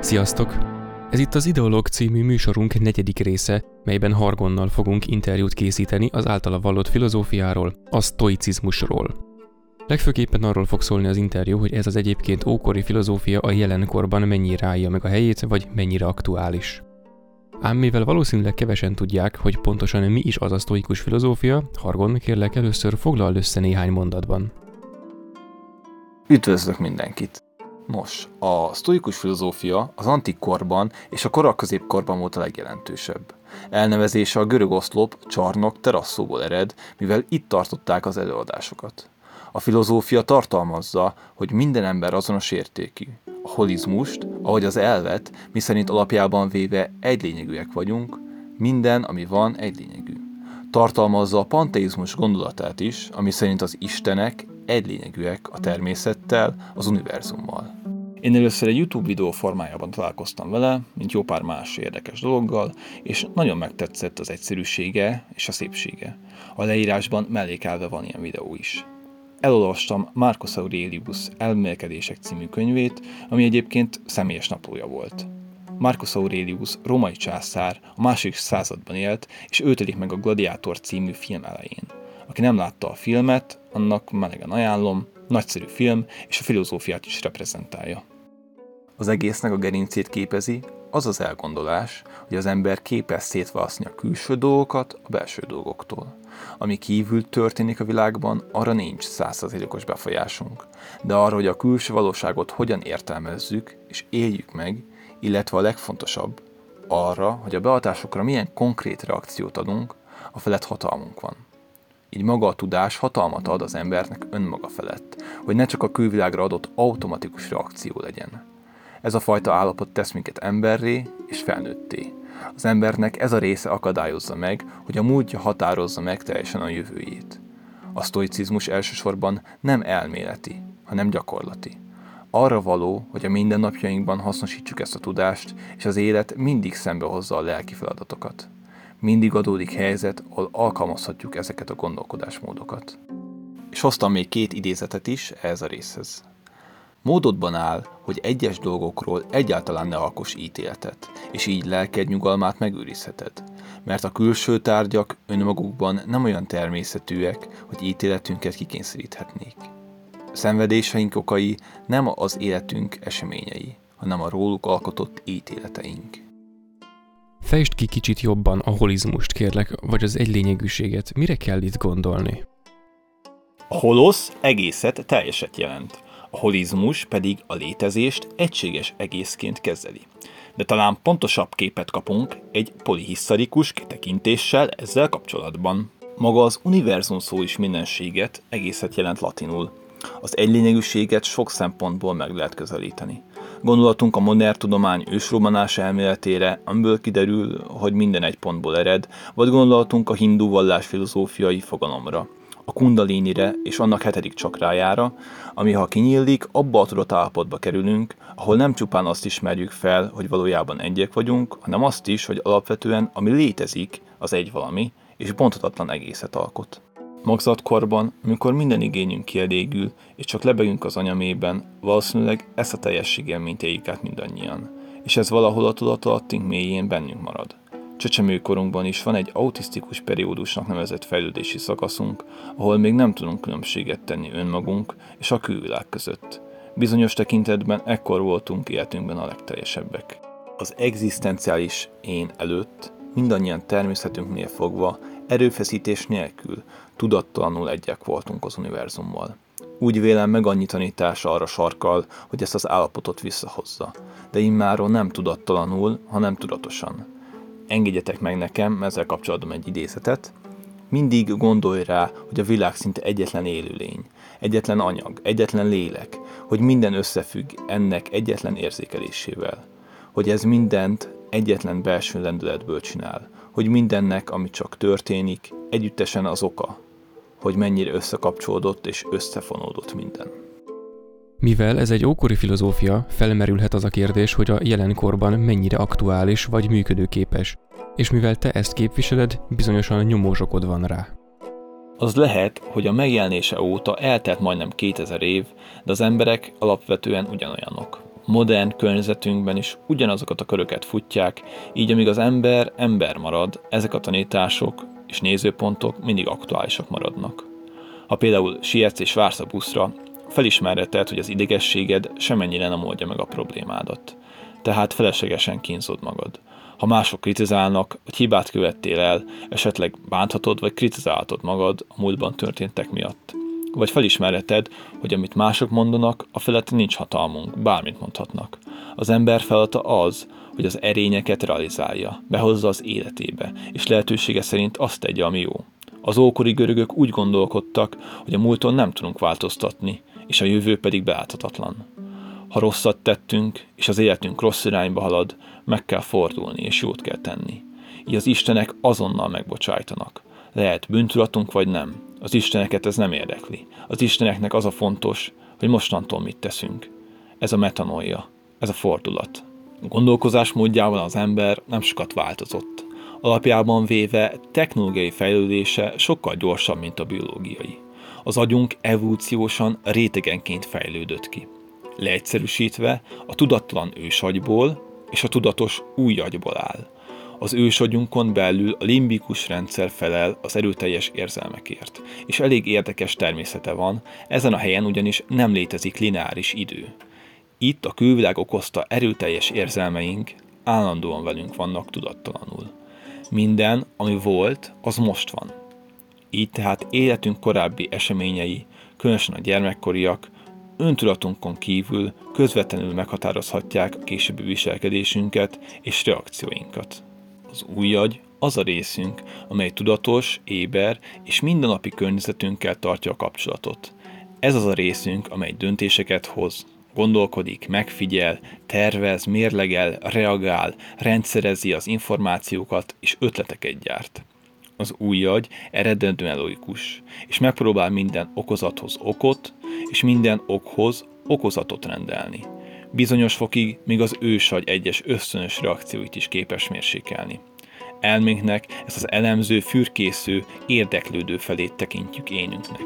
Sziasztok! Ez itt az Ideológ című műsorunk 4. része, melyben Hargonnal fogunk interjút készíteni az általa vallott filozófiáról, a sztoicizmusról. Legfőképpen arról fog szólni az interjú, hogy ez az egyébként ókori filozófia a jelenkorban mennyire állja meg a helyét, vagy mennyire aktuális. Ám mivel valószínűleg kevesen tudják, hogy pontosan mi is az a sztoikus filozófia, Hargon, kérlek először foglald össze néhány mondatban. Üdvözlök mindenkit! Nos, a sztoikus filozófia az antik korban és a korai középkorban volt a legjelentősebb. Elnevezése a görög oszlop, csarnok, terasszóból ered, mivel itt tartották az előadásokat. A filozófia tartalmazza, hogy minden ember azonos értékű. A holizmust, ahogy az elvet, miszerint alapjában véve egylényegűek vagyunk, minden, ami van, egylényegű. Tartalmazza a panteizmus gondolatát is, ami szerint az istenek egylényegűek a természettel, az univerzummal. Én először egy YouTube videó formájában találkoztam vele, mint jó pár más érdekes dologgal, és nagyon megtetszett az egyszerűsége és a szépsége. A leírásban mellékelve van ilyen videó is. Elolvastam Marcus Aurelius Elmélkedések című könyvét, ami egyébként személyes naplója volt. Marcus Aurelius római császár a II. Században élt, és ő ölik meg a Gladiátor című film elején. Aki nem látta a filmet, annak melegen ajánlom, nagyszerű film, és a filozófiát is reprezentálja. Az egésznek a gerincét képezi az az elgondolás, hogy az ember képes szétválasztani a külső dolgokat a belső dolgoktól. Ami kívül történik a világban, arra nincs 100%-os befolyásunk, de arra, hogy a külső valóságot hogyan értelmezzük és éljük meg, illetve a legfontosabb, arra, hogy a behatásokra milyen konkrét reakciót adunk, a felett hatalmunk van. Így maga a tudás hatalmat ad az embernek önmaga felett, hogy ne csak a külvilágra adott automatikus reakció legyen. Ez a fajta állapot tesz minket emberré és felnőtté. Az embernek ez a része akadályozza meg, hogy a múltja határozza meg teljesen a jövőjét. A sztoicizmus elsősorban nem elméleti, hanem gyakorlati. Arra való, hogy a mindennapjainkban hasznosítsuk ezt a tudást, és az élet mindig szembehozza a lelki feladatokat. Mindig adódik helyzet, ahol alkalmazhatjuk ezeket a gondolkodásmódokat. És hoztam még 2 idézetet is ehhez a részhez. Módodban áll, hogy egyes dolgokról egyáltalán ne alkoss ítéletet, és így lelked nyugalmát megőrizheted, mert a külső tárgyak önmagukban nem olyan természetűek, hogy ítéletünket kikényszeríthetnék. Szenvedéseink okai nem az életünk eseményei, hanem a róluk alkotott ítéleteink. Fejtsd ki kicsit jobban a holizmust, kérlek, vagy az egylényegűséget. Mire kell itt gondolni? A holosz egészet, teljeset jelent. A holizmus pedig a létezést egységes egészként kezeli. De talán pontosabb képet kapunk egy polihisztorikus kitekintéssel ezzel kapcsolatban. Maga az univerzum szó is mindenséget, egészet jelent latinul. Az egylényegűséget sok szempontból meg lehet közelíteni. Gondolatunk a modern tudomány ősrobbanás elméletére, amiből kiderül, hogy minden egy pontból ered, vagy gondolatunk a hindu vallás filozófiai fogalomra, a kundalinire és annak 7. csakrájára, ami ha kinyílik, abba a tudatállapotba kerülünk, ahol nem csupán azt ismerjük fel, hogy valójában egyek vagyunk, hanem azt is, hogy alapvetően ami létezik, az egy valami, és bonthatatlan egészet alkot. Magzatkorban, amikor minden igényünk kielégül, és csak lebegünk az anyamében, valószínűleg ezt a teljességi élményt éljük át mindannyian, és ez valahol a tudatalattunk mélyén bennünk marad. Csecsemőkorunkban is van egy autisztikus periódusnak nevezett fejlődési szakaszunk, ahol még nem tudunk különbséget tenni önmagunk és a külvilág között. Bizonyos tekintetben ekkor voltunk életünkben a legteljesebbek. Az egzisztenciális én előtt mindannyian természetünknél fogva erőfeszítés nélkül tudattalanul egyek voltunk az univerzummal. Úgy vélem meg annyi tanítás arra sarkal, hogy ezt az állapotot visszahozza, de immáron nem tudattalanul, hanem tudatosan. Engedjetek meg nekem ezzel kapcsolatban egy idézetet. Mindig gondolj rá, hogy a világ szinte egyetlen élőlény, egyetlen anyag, egyetlen lélek, hogy minden összefügg ennek egyetlen érzékelésével, hogy ez mindent egyetlen belső lendületből csinál, hogy mindennek, ami csak történik, együttesen az oka, hogy mennyire összekapcsolódott és összefonódott minden. Mivel ez egy ókori filozófia, felmerülhet az a kérdés, hogy a jelenkorban mennyire aktuális vagy működőképes, és mivel te ezt képviseled, bizonyosan nyomós okod van rá. Az lehet, hogy a megjelenése óta eltelt majdnem 2000 év, de az emberek alapvetően ugyanolyanok. Modern környezetünkben is ugyanazokat a köröket futják, így amíg az ember marad, ezek a tanítások és nézőpontok mindig aktuálisak maradnak. Ha például sietsz és vársz a buszra, felismerheted, hogy az idegességed semennyire nem oldja meg a problémádat. Tehát feleslegesen kínzod magad. Ha mások kritizálnak, vagy hibát követtél el, esetleg bánthatod vagy kritizálhatod magad a múltban történtek miatt. Vagy felismerheted, hogy amit mások mondanak, a felett nincs hatalmunk, bármit mondhatnak. Az ember feladata az, hogy az erényeket realizálja, behozza az életébe, és lehetősége szerint azt tegye, ami jó. Az ókori görögök úgy gondolkodtak, hogy a múlton nem tudunk változtatni, és a jövő pedig beállhatatlan. Ha rosszat tettünk, és az életünk rossz irányba halad, meg kell fordulni, és jót kell tenni. Így az istenek azonnal megbocsájtanak. Lehet bűntudatunk vagy nem. Az isteneket ez nem érdekli. Az isteneknek az a fontos, hogy mostantól mit teszünk. Ez a metanoia, ez a fordulat. A gondolkozás módjában az ember nem sokat változott. Alapjában véve technológiai fejlődése sokkal gyorsabb, mint a biológiai. Az agyunk evolúciósan rétegenként fejlődött ki. Leegyszerűsítve, a tudattalan ősagyból és a tudatos új agyból áll. Az ősagyunkon belül a limbikus rendszer felel az erőteljes érzelmekért, és elég érdekes természete van, ezen a helyen ugyanis nem létezik lineáris idő. Itt a külvilág okozta erőteljes érzelmeink állandóan velünk vannak tudattalanul. Minden, ami volt, az most van. Így tehát életünk korábbi eseményei, különösen a gyermekkoriak, öntudatunkon kívül közvetlenül meghatározhatják a későbbi viselkedésünket és reakcióinkat. Az új agy az a részünk, amely tudatos, éber és mindennapi környezetünkkel tartja a kapcsolatot. Ez az a részünk, amely döntéseket hoz, gondolkodik, megfigyel, tervez, mérlegel, reagál, rendszerezi az információkat és ötleteket gyárt. Az új agy eredendően logikus, és megpróbál minden okozathoz okot, és minden okhoz okozatot rendelni. Bizonyos fokig még az ősagy egyes ösztönös reakcióit is képes mérsékelni. Elménknek ezt az elemző, fürkésző, érdeklődő felét tekintjük énünknek.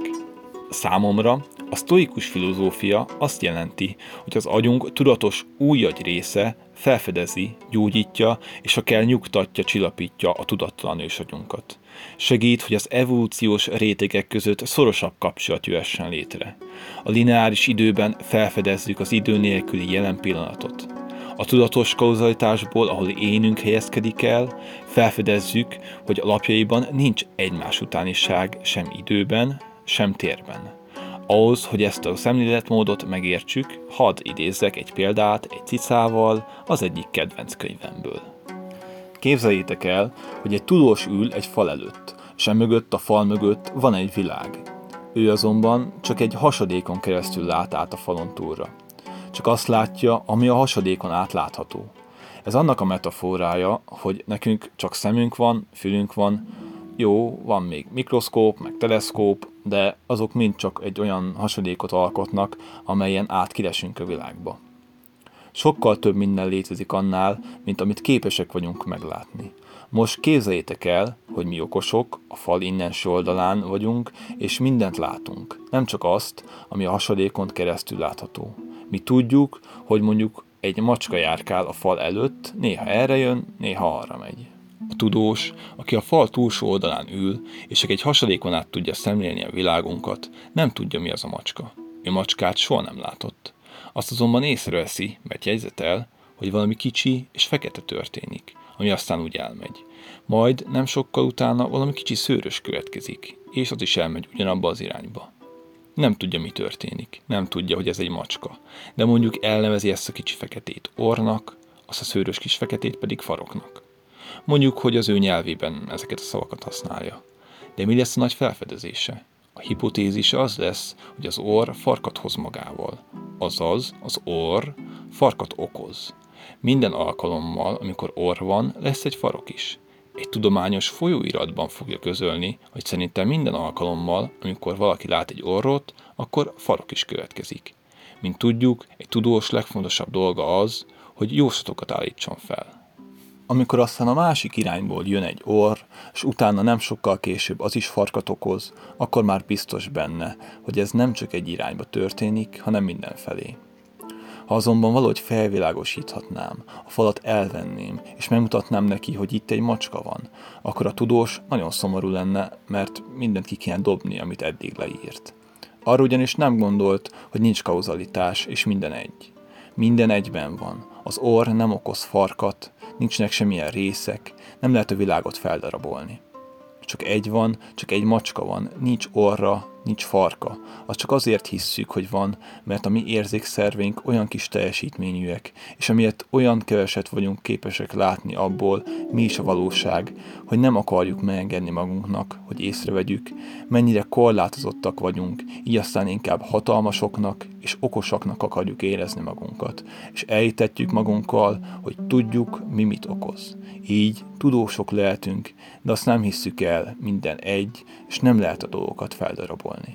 Számomra a sztoikus filozófia azt jelenti, hogy az agyunk tudatos új agy része felfedezi, gyógyítja, és ha kell nyugtatja, csillapítja a tudattalan ősagyunkat. Segít, hogy az evolúciós rétegek között szorosabb kapcsolat jöhessen létre. A lineáris időben felfedezzük az idő nélküli jelen pillanatot. A tudatos kauzalitásból, ahol énünk helyezkedik el, felfedezzük, hogy alapjaiban nincs egymás utániság sem időben, sem térben. Ahhoz, hogy ezt a szemléletmódot megértsük, hadd idézzek egy példát egy cicával az egyik kedvenc könyvemből. Képzeljétek el, hogy egy tudós ül egy fal előtt, és mögött a fal mögött van egy világ. Ő azonban csak egy hasadékon keresztül lát át a falon túlra. Csak azt látja, ami a hasadékon át látható. Ez annak a metaforája, hogy nekünk csak szemünk van, fülünk van, jó, van még mikroszkóp, meg teleszkóp, de azok mind csak egy olyan hasadékot alkotnak, amelyen átkiresünk a világba. Sokkal több minden létezik annál, mint amit képesek vagyunk meglátni. Most képzeljétek el, hogy mi okosok, a fal innenső oldalán vagyunk, és mindent látunk. Nem csak azt, ami a hasadékon keresztül látható. Mi tudjuk, hogy mondjuk egy macska járkál a fal előtt, néha erre jön, néha arra megy. A tudós, aki a fal túlsó oldalán ül, és csak egy hasadékon át tudja szemlélni a világunkat, nem tudja, mi az a macska. Ő macskát soha nem látott. Azt azonban észreveszi, mert jegyzetel, hogy valami kicsi és fekete történik, ami aztán úgy elmegy. Majd nem sokkal utána valami kicsi szőrös következik, és az is elmegy ugyanabba az irányba. Nem tudja, mi történik, nem tudja, hogy ez egy macska, de mondjuk elnevezi ezt a kicsi feketét orrnak, azt a szőrös kis feketét pedig faroknak. Mondjuk, hogy az ő nyelvében ezeket a szavakat használja. De mi lesz a nagy felfedezése? A hipotézise az lesz, hogy az orr farkat hoz magával. Azaz, az orr farkat okoz. Minden alkalommal, amikor orr van, lesz egy farok is. Egy tudományos folyóiratban fogja közölni, hogy szerintem minden alkalommal, amikor valaki lát egy orrot, akkor farok is következik. Mint tudjuk, egy tudós legfontosabb dolga az, hogy jóslatokat állítson fel. Amikor aztán a másik irányból jön egy orr, és utána nem sokkal később az is farkat okoz, akkor már biztos benne, hogy ez nem csak egy irányba történik, hanem mindenfelé. Ha azonban valahogy felvilágosíthatnám, a falat elvenném, és megmutatnám neki, hogy itt egy macska van, akkor a tudós nagyon szomorú lenne, mert mindent ki kéne dobni, amit eddig leírt. Arra ugyanis nem gondolt, hogy nincs kauzalitás, és minden egy. Minden egyben van. Az orr nem okoz farkat, nincsenek semmilyen részek, nem lehet a világot feldarabolni. Csak egy van, csak egy macska van, nincs orra, nincs farka. Az csak azért hisszük, hogy van, mert a mi érzékszerveink olyan kis teljesítményűek, és amiért olyan keveset vagyunk képesek látni abból, mi is a valóság, hogy nem akarjuk megengedni magunknak, hogy észrevegyük, mennyire korlátozottak vagyunk, így aztán inkább hatalmasoknak és okosaknak akarjuk érezni magunkat, és elhitetjük magunkkal, hogy tudjuk, mi mit okoz. Így tudósok lehetünk, de azt nem hisszük el, minden egy, és nem lehet a dolgokat feldarabolni.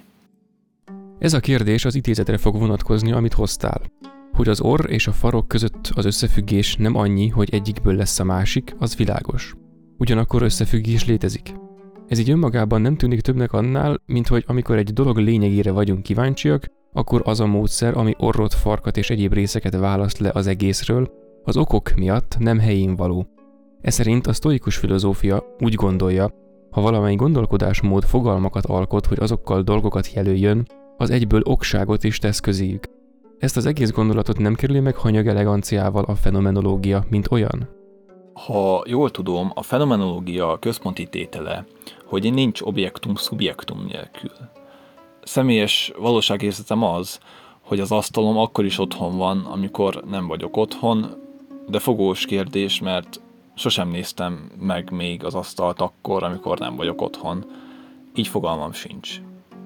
Ez a kérdés az idézetre fog vonatkozni, amit hoztál. Hogy az orr és a farok között az összefüggés nem annyi, hogy egyikből lesz a másik, az világos. Ugyanakkor összefüggés létezik. Ez így önmagában nem tűnik többnek annál, mint hogy amikor egy dolog lényegére vagyunk kíváncsiak, akkor az a módszer, ami orrot, farkat és egyéb részeket választ le az egészről, az okok miatt nem helyén való. Ez szerint a sztoikus filozófia úgy gondolja, ha valamely gondolkodásmód fogalmakat alkot, hogy azokkal dolgokat jelöljön, az egyből okságot is tesz közéjük. Ezt az egész gondolatot nem kerüli meg hanyag eleganciával a fenomenológia, mint olyan? Ha jól tudom, a fenomenológia központi tétele, hogy nincs objektum-szubjektum nélkül. Személyes valóságérzetem az, hogy az asztalom akkor is otthon van, amikor nem vagyok otthon, de fogós kérdés, mert sosem néztem meg még az asztalt akkor, amikor nem vagyok otthon. Így fogalmam sincs.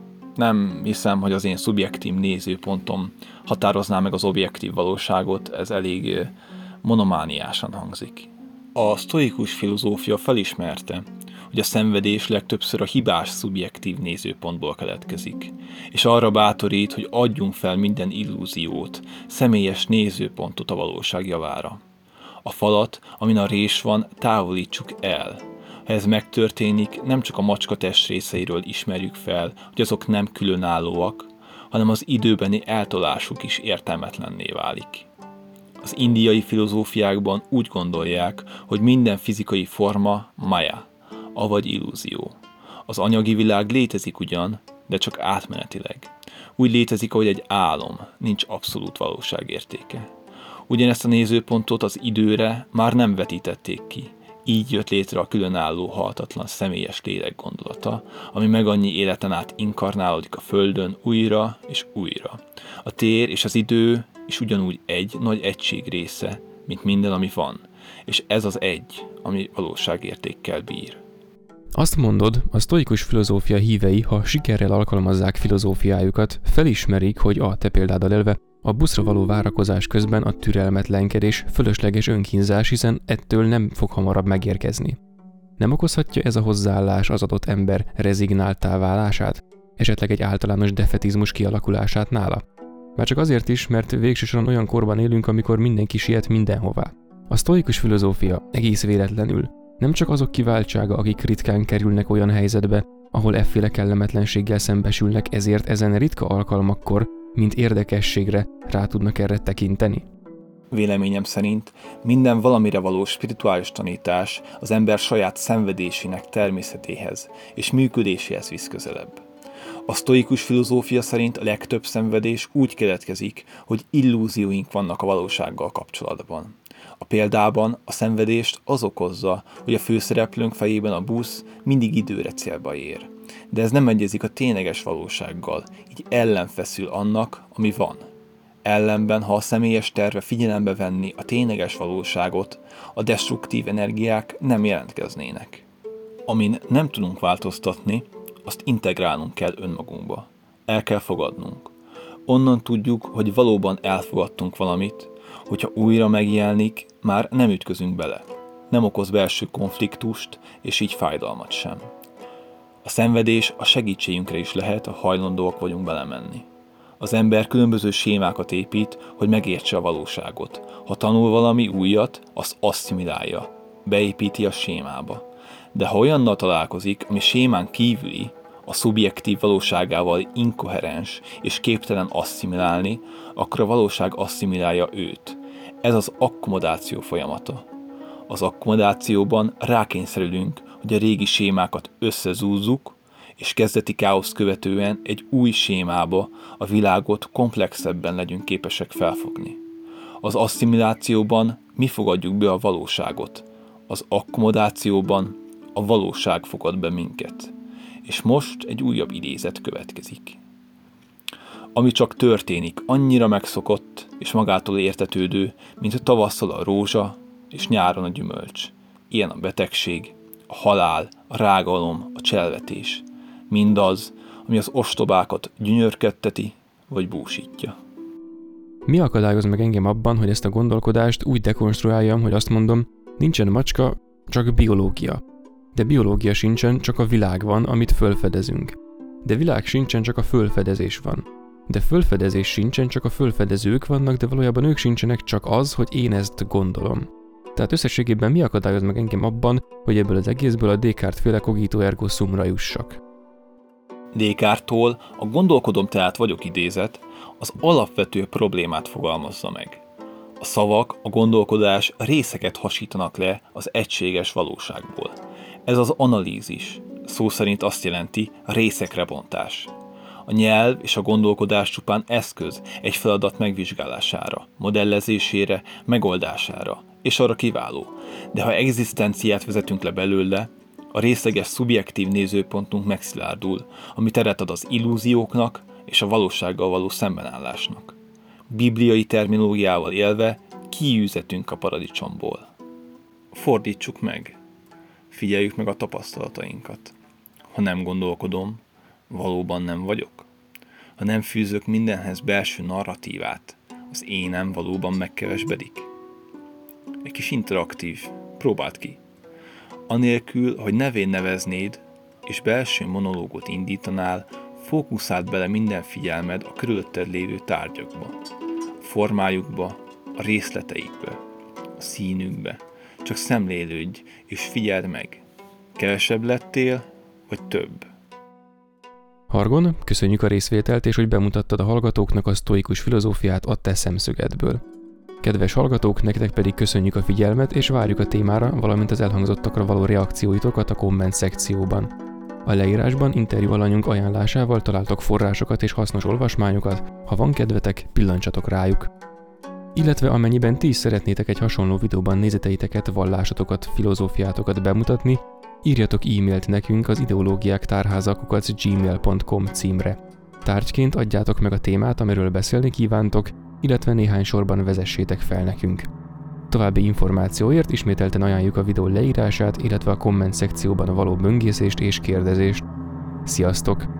Nem hiszem, hogy az én szubjektív nézőpontom határozná meg az objektív valóságot, ez elég monomániásan hangzik. A sztoikus filozófia felismerte, hogy a szenvedés legtöbbször a hibás szubjektív nézőpontból keletkezik, és arra bátorít, hogy adjunk fel minden illúziót, személyes nézőpontot a valóság javára. A falat, amin a rés van, távolítsuk el. Ha ez megtörténik, nem csak a macska testrészeiről ismerjük fel, hogy azok nem különállóak, hanem az időbeni eltolásuk is értelmetlenné válik. Az indiai filozófiákban úgy gondolják, hogy minden fizikai forma maya, avagy illúzió. Az anyagi világ létezik ugyan, de csak átmenetileg. Úgy létezik, ahogy egy álom, nincs abszolút valóságértéke. Ugyanezt a nézőpontot az időre már nem vetítették ki. Így jött létre a különálló, haltatlan személyes lélek gondolata, ami meg annyi életen át inkarnálódik a Földön újra és újra. A tér és az idő is ugyanúgy egy nagy egység része, mint minden, ami van, és ez az egy, ami valóságértékkel bír. Azt mondod, a sztoikus filozófia hívei, ha sikerrel alkalmazzák filozófiájukat, felismerik, hogy a te példáddal élve, a buszra való várakozás közben a türelmetlenkedés fölösleges önkínzás, hiszen ettől nem fog hamarabb megérkezni. Nem okozhatja ez a hozzáállás az adott ember rezignáltá válását? Esetleg egy általános defetizmus kialakulását nála? Már csak azért is, mert végső soron olyan korban élünk, amikor mindenki siet mindenhová. A sztoikus filozófia egész véletlenül nem csak azok kiváltsága, akik ritkán kerülnek olyan helyzetbe, ahol efféle kellemetlenséggel szembesülnek, ezért ezen ritka alkalmakkor, mint érdekességre rá tudnak erre tekinteni. Véleményem szerint minden valamire való spirituális tanítás az ember saját szenvedésének természetéhez és működéséhez visz közelebb. A sztoikus filozófia szerint a legtöbb szenvedés úgy keletkezik, hogy illúzióink vannak a valósággal kapcsolatban. A példában a szenvedést az okozza, hogy a főszereplőnk fejében a busz mindig időre célba ér. De ez nem egyezik a tényleges valósággal, így ellenfeszül annak, ami van. Ellenben, ha a személyes terve figyelembe venni a tényleges valóságot, a destruktív energiák nem jelentkeznének. Amin nem tudunk változtatni, azt integrálnunk kell önmagunkba. El kell fogadnunk. Onnan tudjuk, hogy valóban elfogadtunk valamit, hogyha újra megjelenik, már nem ütközünk bele. Nem okoz belső konfliktust, és így fájdalmat sem. A szenvedés a segítségünkre is lehet, ha hajlandóak vagyunk belemenni. Az ember különböző sémákat épít, hogy megértse a valóságot. Ha tanul valami újat, azt asszimilálja, beépíti a sémába. De ha olyannal találkozik, ami sémán kívüli, a szubjektív valóságával inkoherens és képtelen asszimilálni, akkor a valóság asszimilálja őt. Ez az akkomodáció folyamata. Az akkomodációban rákényszerülünk, hogy a régi sémákat összezúzzuk, és kezdeti káoszt követően egy új sémába a világot komplexebben legyünk képesek felfogni. Az asszimilációban mi fogadjuk be a valóságot, az akkomodációban a valóság fogad be minket. És most egy újabb idézet következik. Ami csak történik, annyira megszokott és magától értetődő, mint tavasszal a rózsa és nyáron a gyümölcs. Ilyen a betegség, a halál, a rágalom, a cselvetés. Mindaz, ami az ostobákat gyönyörködteti vagy búsítja. Mi akadályoz meg engem abban, hogy ezt a gondolkodást úgy dekonstruáljam, hogy azt mondom, nincsen macska, csak biológia. De biológia sincsen, csak a világ van, amit fölfedezünk. De világ sincsen, csak a fölfedezés van. De fölfedezés sincsen, csak a fölfedezők vannak, de valójában ők sincsenek, csak az, hogy én ezt gondolom. Tehát összességében mi akadályoz meg engem abban, hogy ebből az egészből a Descartes-féle cogito ergo sumra jussak? Descartes-tól a gondolkodom tehát vagyok idézet az alapvető problémát fogalmazza meg. A szavak, a gondolkodás részeket hasítanak le az egységes valóságból. Ez az analízis, szó szerint azt jelenti részekre bontás. A nyelv és a gondolkodás csupán eszköz egy feladat megvizsgálására, modellezésére, megoldására, és arra kiváló. De ha egzisztenciát vezetünk le belőle, a részleges szubjektív nézőpontunk megszilárdul, ami teret ad az illúzióknak és a valósággal való szembenállásnak. Bibliai terminológiával élve kiűzetünk a paradicsomból. Fordítsuk meg, figyeljük meg a tapasztalatainkat. Ha nem gondolkodom, valóban nem vagyok. Ha nem fűzök mindenhez belső narratívát, az énem valóban megkevesbedik. Egy kis interaktív, próbáld ki. Anélkül, hogy nevén neveznéd, és belső monológot indítanál, fókuszáld bele minden figyelmed a körülötted lévő tárgyakba, formájukba, a részleteikbe, a színükbe. Csak szemlélődj, és figyeld meg. Kevesebb lettél, vagy több? Hargon, köszönjük a részvételt, és hogy bemutattad a hallgatóknak a sztoikus filozófiát a te szemszögedből. Kedves hallgatók, nektek pedig köszönjük a figyelmet, és várjuk a témára, valamint az elhangzottakra való reakcióitokat a komment szekcióban. A leírásban interjú alanyunk ajánlásával találtok forrásokat és hasznos olvasmányokat, ha van kedvetek, pillantsatok rájuk. Illetve amennyiben ti is szeretnétek egy hasonló videóban nézeteiteket, vallásatokat, filozófiátokat bemutatni, írjatok e-mailt nekünk az ideológiáktárháza@gmail.com címre. Tárgyként adjátok meg a témát, amiről beszélni kívántok, illetve néhány sorban vezessétek fel nekünk. További információért ismételten ajánljuk a videó leírását, illetve a komment szekcióban való böngészést és kérdezést. Sziasztok!